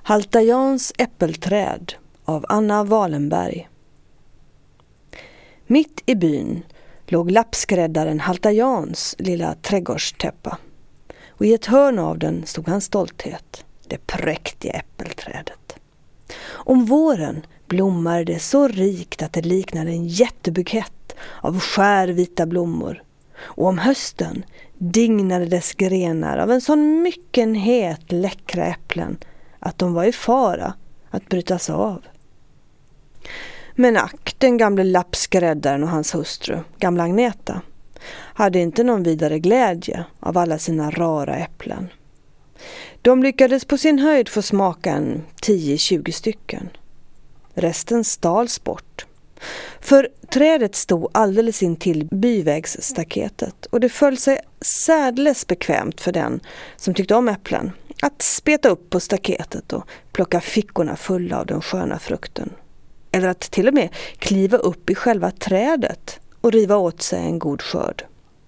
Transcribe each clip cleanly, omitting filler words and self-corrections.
Halta Jans äppelträd av Anna Wallenberg. Mitt i byn låg lappskräddaren Halta Jans lilla trädgårdstäppa. Och i ett hörn av den stod hans stolthet, det präktiga äppelträdet. Om våren blommade det så rikt att det liknade en jättebukett av skärvita blommor. Och om hösten dignade dess grenar av en sån myckenhet läckra äpplen att de var i fara att brytas av. Men ack, den gamle lappskräddaren och hans hustru, gamla Agneta, hade inte någon vidare glädje av alla sina rara äpplen. De lyckades på sin höjd få smaka en 10-20 stycken. Resten stals bort. För trädet stod alldeles in till byvägsstaketet och det föll sig särdeles bekvämt för den som tyckte om äpplen att speta upp på staketet och plocka fickorna fulla av den sköna frukten. Eller att till och med kliva upp i själva trädet och riva åt sig en god skörd.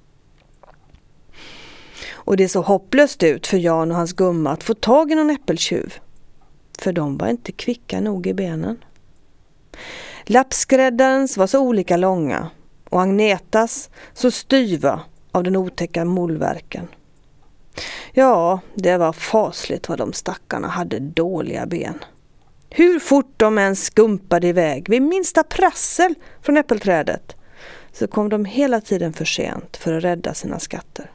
Och det såg hopplöst ut för Jan och hans gumma att få tag i någon äppeltjuv. För de var inte kvicka nog i benen. Lappskräddarens var så olika långa och Agnetas så styva av den otäcka molverken. Ja, det var fasligt vad de stackarna hade dåliga ben. Hur fort de än skumpade iväg vid minsta prassel från äppelträdet så kom de hela tiden för sent för att rädda sina skatter.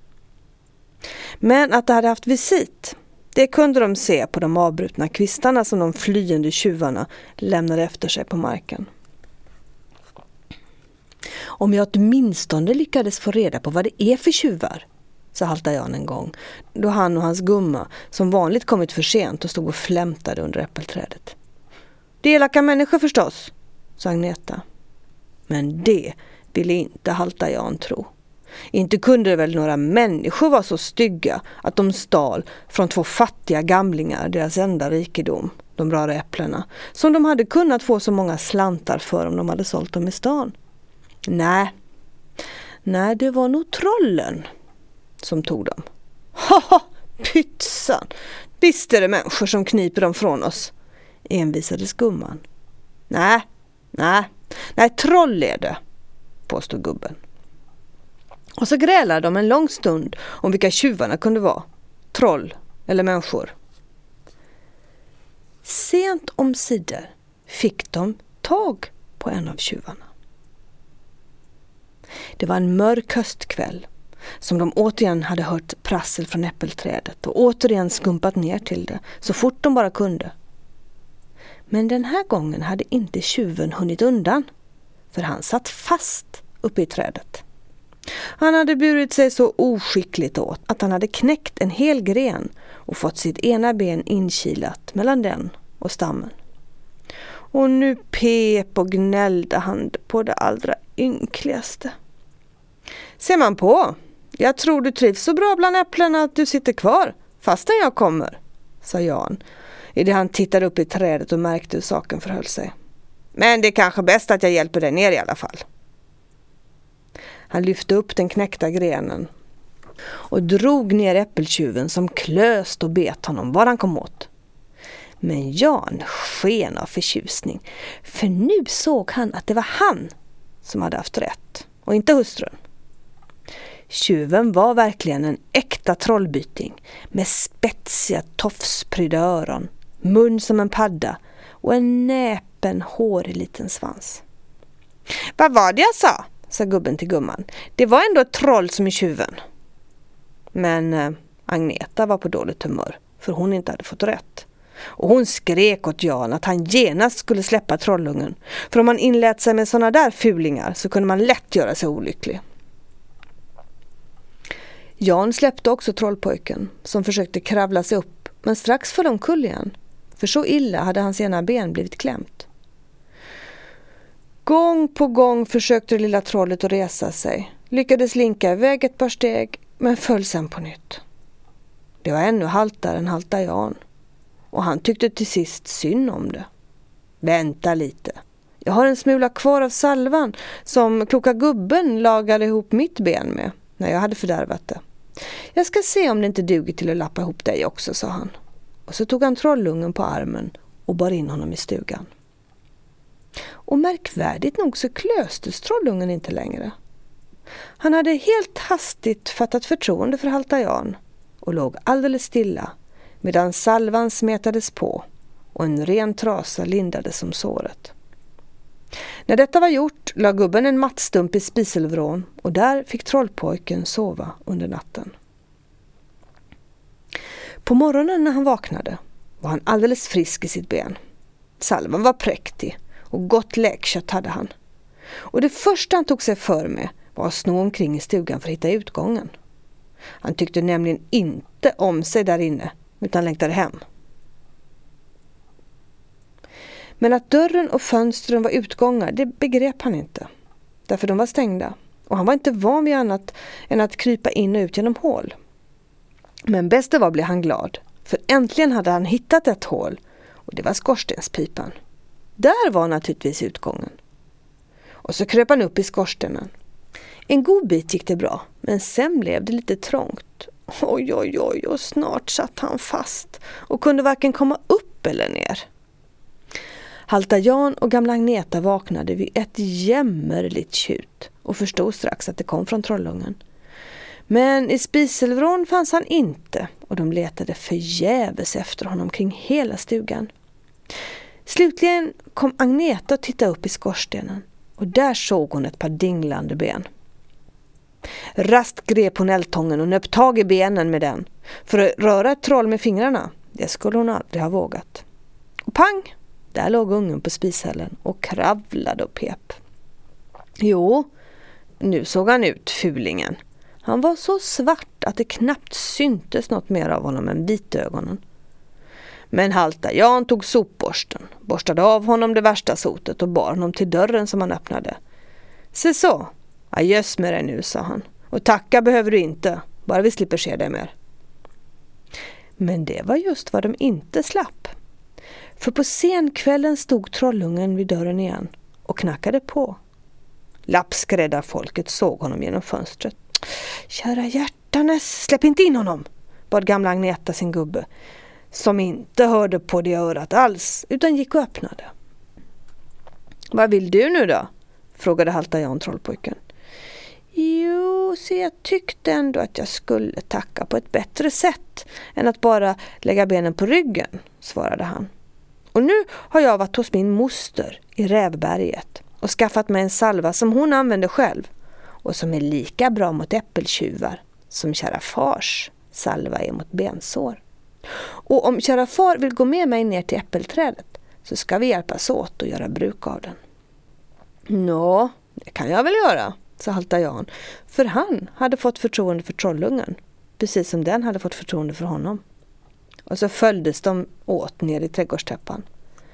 Men att de hade haft visit, det kunde de se på de avbrutna kvistarna som de flyende tjuvarna lämnade efter sig på marken. Om jag åtminstone lyckades få reda på vad det är för tjuvar, sa Halta Jan en gång, då han och hans gumma som vanligt kommit för sent och stod och flämtade under äppelträdet. Det är elaka människor förstås, sa Agneta. Men det ville inte Halta Jan tro. Inte kunde det väl några människor vara så stygga att de stal från 2 fattiga gamlingar deras enda rikedom, de rara äpplena, som de hade kunnat få så många slantar för om de hade sålt dem i stan. Nej, det var nog trollen som tog dem. Haha, pytsan! Visst är det människor som kniper dem från oss, envisades gumman. Nej, troll är det, påstod gubben. Och så grälade de en lång stund om vilka tjuvarna kunde vara, troll eller människor. Sent omsider fick de tag på en av tjuvarna. Det var en mörk höstkväll som de återigen hade hört prassel från äppelträdet och återigen skumpat ner till det så fort de bara kunde. Men den här gången hade inte tjuven hunnit undan, för han satt fast uppe i trädet. Han hade burit sig så oskickligt åt att han hade knäckt en hel gren och fått sitt ena ben inkilat mellan den och stammen. Och nu pep och gnällde han på det allra ynkligaste. Ser man på, jag tror du trivs så bra bland äpplena att du sitter kvar fastän jag kommer, sa Jan, i det han tittade upp i trädet och märkte hur saken förhöll sig. Men det är kanske bäst att jag hjälper dig ner i alla fall. Han lyfte upp den knäckta grenen och drog ner äppeltjuven som klöst och bet honom var han kom åt. Men Jan sken av förtjusning, för nu såg han att det var han som hade haft rätt och inte hustrun. Tjuven var verkligen en äkta trollbyting med spetsiga tofsprydda öron, mun som en padda och en näpen hårig liten svans. Vad var det jag sa gubben till gumman. Det var ändå ett troll som är tjuven. Men Agneta var på dåligt humör för hon inte hade fått rätt. Och hon skrek åt Jan att han genast skulle släppa trollungen. För om man inlät sig med såna där fulingar så kunde man lätt göra sig olycklig. Jan släppte också trollpojken som försökte kravla sig upp, men strax föll omkull igen. För så illa hade hans ena ben blivit klämt. Gång på gång försökte det lilla trollet att resa sig. Lyckades linka iväg ett par steg, men föll sen på nytt. Det var ännu haltare än Halta Jan. Och han tyckte till sist synd om det. Vänta lite. Jag har en smula kvar av salvan som kloka gubben lagade ihop mitt ben med när jag hade fördärvat det. Jag ska se om det inte duger till att lappa ihop dig också, sa han. och så tog han trollungen på armen och bar in honom i stugan. Och märkvärdigt nog så klöstes trollungen inte längre. Han hade helt hastigt fattat förtroende för Halta Jan och låg alldeles stilla medan salvan smetades på och en ren trasa lindades om såret. När detta var gjort la gubben en mattstump i spiselvrån och där fick trollpojken sova under natten. På morgonen när han vaknade var han alldeles frisk i sitt ben. Salvan var präktig och gott läkkött hade han. Och det första han tog sig för med var att sno omkring i stugan för att hitta utgången. Han tyckte nämligen inte om sig där inne utan längtade hem. Men att dörren och fönstren var utgångar, det begrep han inte. Därför de var stängda och han var inte van vid annat än att krypa in och ut genom hål. Men bäst det var blev han glad, för äntligen hade han hittat ett hål och det var skorstenspipan. Där var naturligtvis utgången. Och så kröp han upp i skorstenen. En god bit gick det bra, men sen blev det lite trångt. Oj, oj, oj, och snart satt han fast och kunde varken komma upp eller ner. Halta Jan och gamla Agneta vaknade vid ett jämmerligt tjut och förstod strax att det kom från trollungen. Men i spiselvrån fanns han inte och de letade förgäves efter honom kring hela stugan. Slutligen kom Agneta och tittade upp i skorstenen och där såg hon ett par dinglande ben. Rast grep hon eldtången och nöp tag i benen med den. För att röra ett troll med fingrarna, det skulle hon aldrig ha vågat. Och pang! Där låg ungen på spishällen och kravlade och pep. Jo, nu såg han ut, fulingen. Han var så svart att det knappt syntes något mer av honom än vitögonen. Men Halta Jan tog sopborsten, borstade av honom det värsta sotet och bar honom till dörren som han öppnade. Se så, adjöss med dig nu, sa han. Och tacka behöver du inte, bara vi slipper se dig mer. Men det var just vad de inte slapp. För på senkvällen stod trollungen vid dörren igen och knackade på. Lappskräddarfolket såg honom genom fönstret. Kära hjärtanes, släpp inte in honom, bad gamla Agneta sin gubbe, som inte hörde på det örat alls, utan gick och öppnade. Vad vill du nu då? Frågade Halta Jan trollpojken. Jo, så jag tyckte ändå att jag skulle tacka på ett bättre sätt än att bara lägga benen på ryggen, svarade han. Och nu har jag varit hos min moster i Rävberget och skaffat mig en salva som hon använder själv och som är lika bra mot äppeltjuvar som kära fars salva är mot bensår. Och om kära far vill gå med mig ner till äppelträdet så ska vi hjälpas åt och göra bruk av den. Nå, det kan jag väl göra, sa Halta Jan, för han hade fått förtroende för trollungen, precis som den hade fått förtroende för honom. Och så följdes de åt ner i trädgårdstäppan.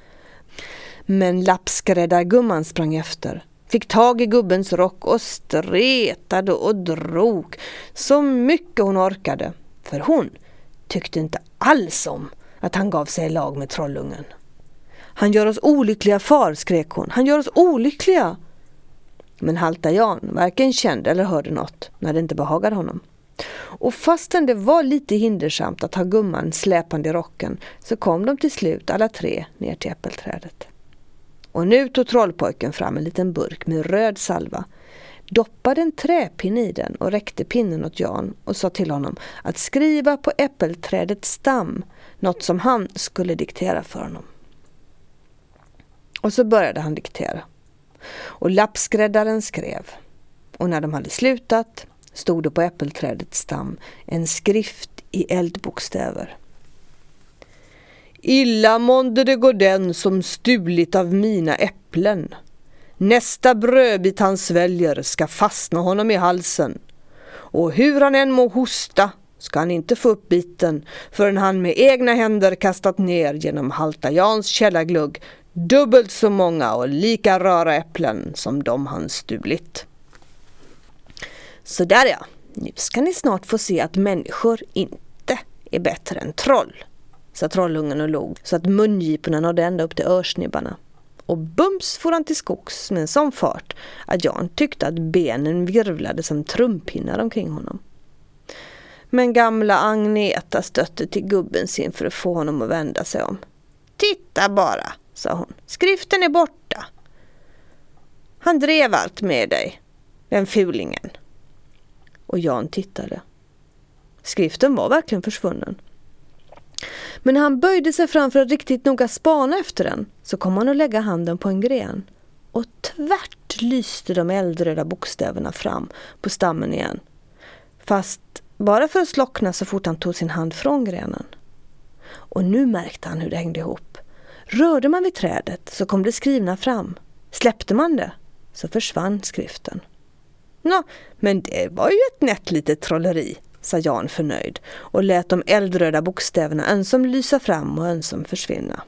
Men lappskräddargumman sprang efter, fick tag i gubbens rock och stretade och drog så mycket hon orkade, för hon tyckte inte alls om att han gav sig i lag med trollungen. Han gör oss olyckliga, far, skrek hon. Han gör oss olyckliga. Men Halta Jan varken kände eller hörde något när det inte behagade honom. Och fastän det var lite hindersamt att ha gumman släpande i rocken så kom de till slut alla tre ner till äppelträdet. Och nu tog trollpojken fram en liten burk med röd salva, doppade en träpinne i den och räckte pinnen åt Jan och sa till honom att skriva på äppelträdets stam något som han skulle diktera för honom. Och så började han diktera. Och lappskräddaren skrev. Och när de hade slutat stod det på äppelträdets stam en skrift i eldbokstäver. Illa månde det går den som stulit av mina äpplen. Nästa brödbit han sväljer ska fastna honom i halsen. Och hur han än må hosta ska han inte få upp biten förrän han med egna händer kastat ner genom Halta Jans källarglugg dubbelt så många och lika rara äpplen som de han stulit. Så där ja, nu ska ni snart få se att människor inte är bättre än troll, sa trollungen och log så att mungiporna nådde ända upp till örsnibbarna. Och bums får han till skogs med en sån fart att Jan tyckte att benen virvlade som trumpinnar omkring honom. Men gamla Agneta stötte till gubben sin för att få honom att vända sig om. Titta bara, sa hon. Skriften är borta. Han drev allt med dig, den fulingen. Och Jan tittade. Skriften var verkligen försvunnen. Men när han böjde sig fram för att riktigt noga spana efter den så kom han att lägga handen på en gren. Och tvärt lyste de eldröda bokstäverna fram på stammen igen. Fast bara för att slockna så fort han tog sin hand från grenen. Och nu märkte han hur det hängde ihop. Rörde man vid trädet så kom det skrivna fram. Släppte man det så försvann skriften. Nå, men det var ju ett nätt litet trolleri, sa Jan förnöjd och lät de eldröda bokstäverna ömsom lysa fram och ömsom försvinna.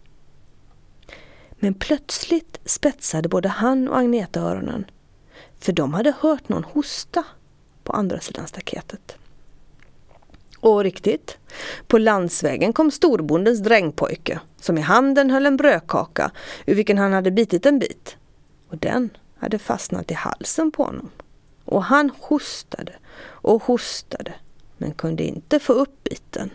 Men plötsligt spetsade både han och Agneta öronen, för de hade hört någon hosta på andra sidan staketet. Och riktigt, på landsvägen kom storbondens drängpojke som i handen höll en brödkaka ur vilken han hade bitit en bit. Och den hade fastnat i halsen på honom. Och han hostade och hostade men kunde inte få upp biten.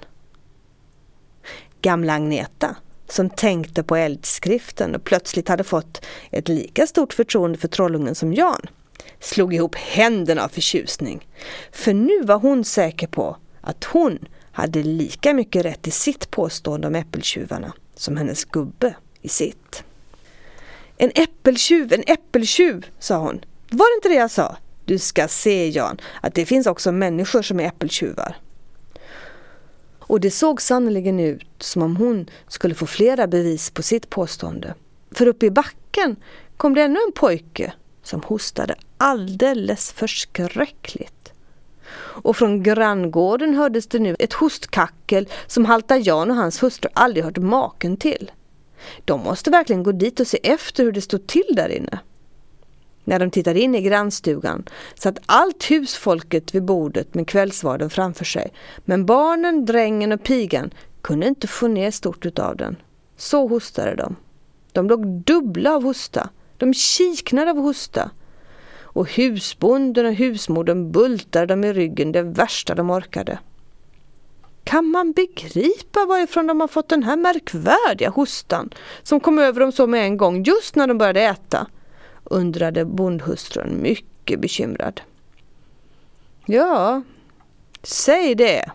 Gamla Agneta, som tänkte på eldskriften och plötsligt hade fått ett lika stort förtroende för trollungen som Jan, slog ihop händerna av förtjusning. För nu var hon säker på att hon hade lika mycket rätt i sitt påstående om äppeltjuvarna som hennes gubbe i sitt. En äppeltjuv, sa hon. Var det inte det jag sa? Du ska se, Jan, att det finns också människor som är äppeltjuvar. Och det såg sannoliken ut som om hon skulle få flera bevis på sitt påstående. För uppe i backen kom det ännu en pojke som hostade alldeles förskräckligt. Och från granngården hördes det nu ett hostkackel som Halta Jan och hans hustru aldrig hört maken till. De måste verkligen gå dit och se efter hur det stod till där inne. När de tittade in i grannstugan satt allt husfolket vid bordet med kvällsvarden framför sig. Men barnen, drängen och pigan kunde inte få ner stort utav den. Så hostade de. De låg dubbla av hosta. De kiknade av hosta. Och husbonden och husmodern bultade dem i ryggen det värsta de orkade. Kan man begripa varifrån de har fått den här märkvärdiga hostan som kom över dem så med en gång just när de började äta? Undrade bondhustrun mycket bekymrad. Ja, säg det,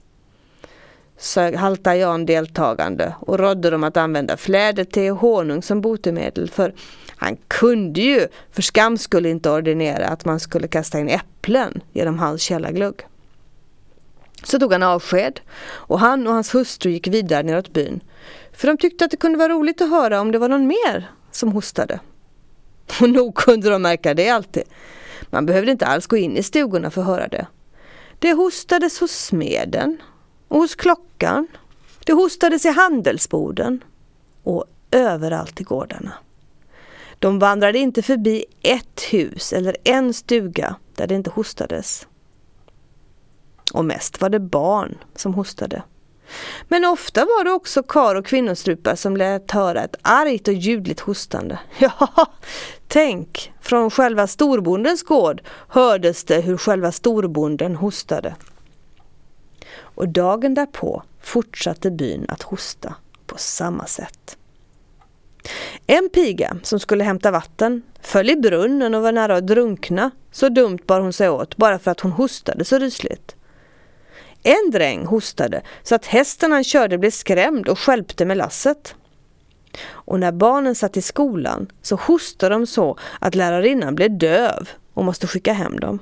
sa Halta Jan deltagande och rådde dem att använda fläderte och honung som botemedel, för han kunde ju för skam skulle inte ordinera att man skulle kasta in äpplen genom hans källarglugg. Så tog han avsked och han och hans hustru gick vidare neråt byn, för de tyckte att det kunde vara roligt att höra om det var någon mer som hostade. Och nog kunde de märka det alltid. Man behövde inte alls gå in i stugorna för att höra det. Det hostades hos smeden och hos klockan. Det hostades i handelsboden och överallt i gårdarna. De vandrade inte förbi ett hus eller en stuga där det inte hostades. Och mest var det barn som hostade. Men ofta var det också kar- och kvinnostrupar som lät höra ett argt och ljudligt hostande. Ja, tänk, från själva storbondens gård hördes det hur själva storbonden hostade. Och dagen därpå fortsatte byn att hosta på samma sätt. En piga som skulle hämta vatten föll i brunnen och var nära att drunkna. Så dumt bar hon sig åt bara för att hon hostade så rysligt. En dräng hostade så att hästen han körde blev skrämd och skälpte med lasset. Och när barnen satt i skolan så hostade de så att lärarinnan blev döv och måste skicka hem dem.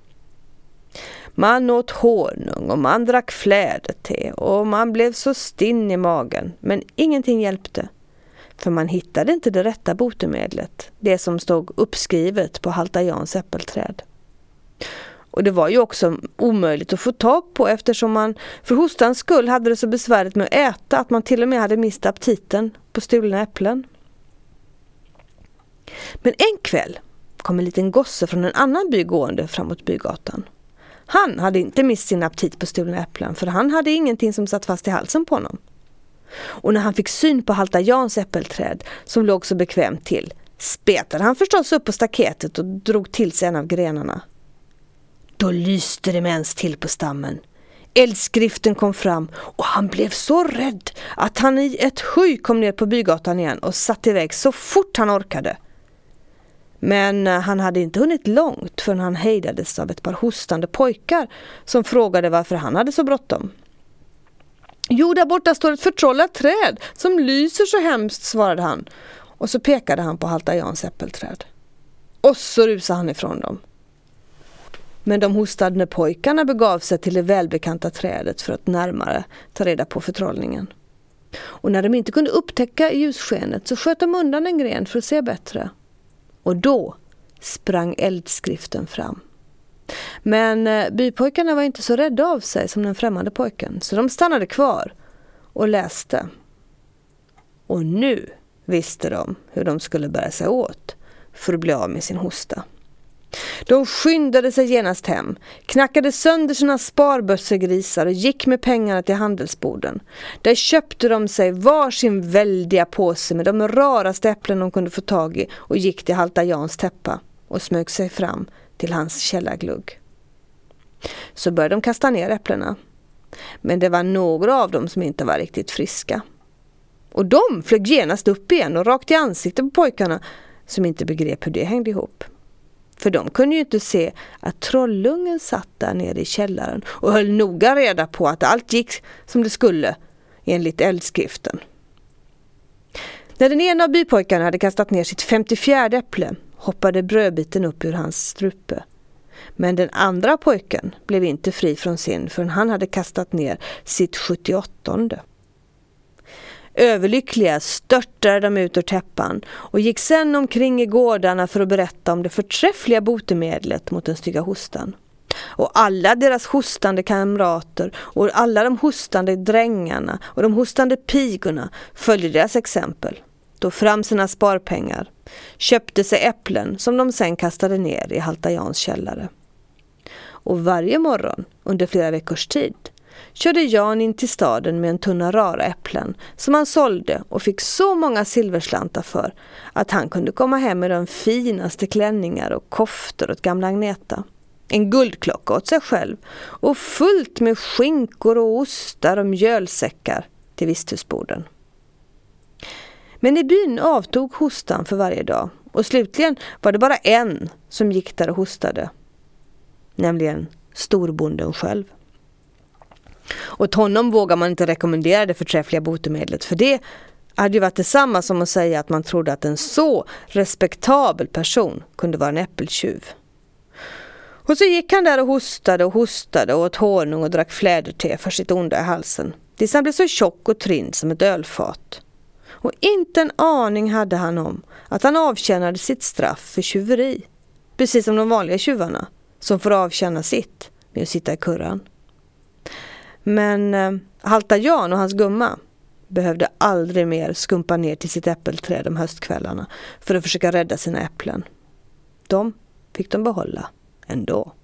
Man åt honung och man drack fläderte och man blev så stinn i magen, men ingenting hjälpte. För man hittade inte det rätta botemedlet, det som stod uppskrivet på Halta Jans äppelträd. Och det var ju också omöjligt att få tag på eftersom man för hostans skull hade det så besvärligt med att äta att man till och med hade mist aptiten på stulna äpplen. Men en kväll kom en liten gosse från en annan by gående framåt bygatan. Han hade inte mist sin aptit på stulna äpplen, för han hade ingenting som satt fast i halsen på honom. Och när han fick syn på Halta Jans äppelträd som låg så bekvämt till, spetade han förstås upp på staketet och drog till sig en av grenarna. Då lyste det mens till på stammen. Eldskriften kom fram och han blev så rädd att han i ett huj kom ner på bygatan igen och satte iväg så fort han orkade. Men han hade inte hunnit långt förrän han hejdades av ett par hostande pojkar som frågade varför han hade så bråttom. Jo, där borta står ett förtrollat träd som lyser så hemskt, svarade han. Och så pekade han på Halta Jans äppelträd. Och så rusade han ifrån dem. Men de hostande pojkarna begav sig till det välbekanta trädet för att närmare ta reda på förtrollningen. Och när de inte kunde upptäcka ljusskenet så sköt de undan en gren för att se bättre. Och då sprang eldskriften fram. Men bypojkarna var inte så rädda av sig som den främmande pojken, så de stannade kvar och läste. Och nu visste de hur de skulle bära sig åt för att bli av med sin hosta. De skyndade sig genast hem, knackade sönder sina sparbössegrisar och gick med pengarna till handelsborden. Där köpte de sig varsin väldiga påse med de raraste äpplen de kunde få tag i och gick till Halta Jans täppa och smög sig fram till hans källarglugg. Så började de kasta ner äpplena. Men det var några av dem som inte var riktigt friska. Och de flög genast upp igen och rakt i ansiktet på pojkarna som inte begrep hur det hängde ihop. För de kunde ju inte se att trollungen satt där nere i källaren och höll noga reda på att allt gick som det skulle enligt eldskriften. När den ena av bypojkarna hade kastat ner sitt 54:e äpple hoppade brödbiten upp ur hans strupe. Men den andra pojken blev inte fri från sin förrän han hade kastat ner sitt 78:e. Överlyckliga störtade de ut ur täppan och gick sen omkring i gårdarna för att berätta om det förträffliga botemedlet mot den stygga hostan. Och alla deras hostande kamrater och alla de hostande drängarna och de hostande pigorna följde deras exempel. Tog fram sina sparpengar, köpte sig äpplen som de sen kastade ner i Halta Jans källare. Och varje morgon under flera veckors tid körde Jan in till staden med en tunna rara äpplen som han sålde och fick så många silverslantar för att han kunde komma hem med de finaste klänningar och koftor åt gamla Agneta. En guldklocka åt sig själv och fullt med skinkor och ostar och mjölsäckar till visthusborden. Men i byn avtog hostan för varje dag och slutligen var det bara en som gick där och hostade, nämligen storbonden själv. Och honom vågar man inte rekommendera det förträffliga botemedlet, för det hade ju varit detsamma som att säga att man trodde att en så respektabel person kunde vara en äppeltjuv. Och så gick han där och hostade och åt honung och drack fläderte för sitt onda i halsen, tills han blev så tjock och trinn som ett ölfat. Och inte en aning hade han om att han avtjänade sitt straff för tjuveri, precis som de vanliga tjuvarna som får avtjäna sitt med att sitta i kurran. Men Halta Jan och hans gumma behövde aldrig mer skumpa ner till sitt äppelträd om höstkvällarna för att försöka rädda sina äpplen. De fick de behålla ändå.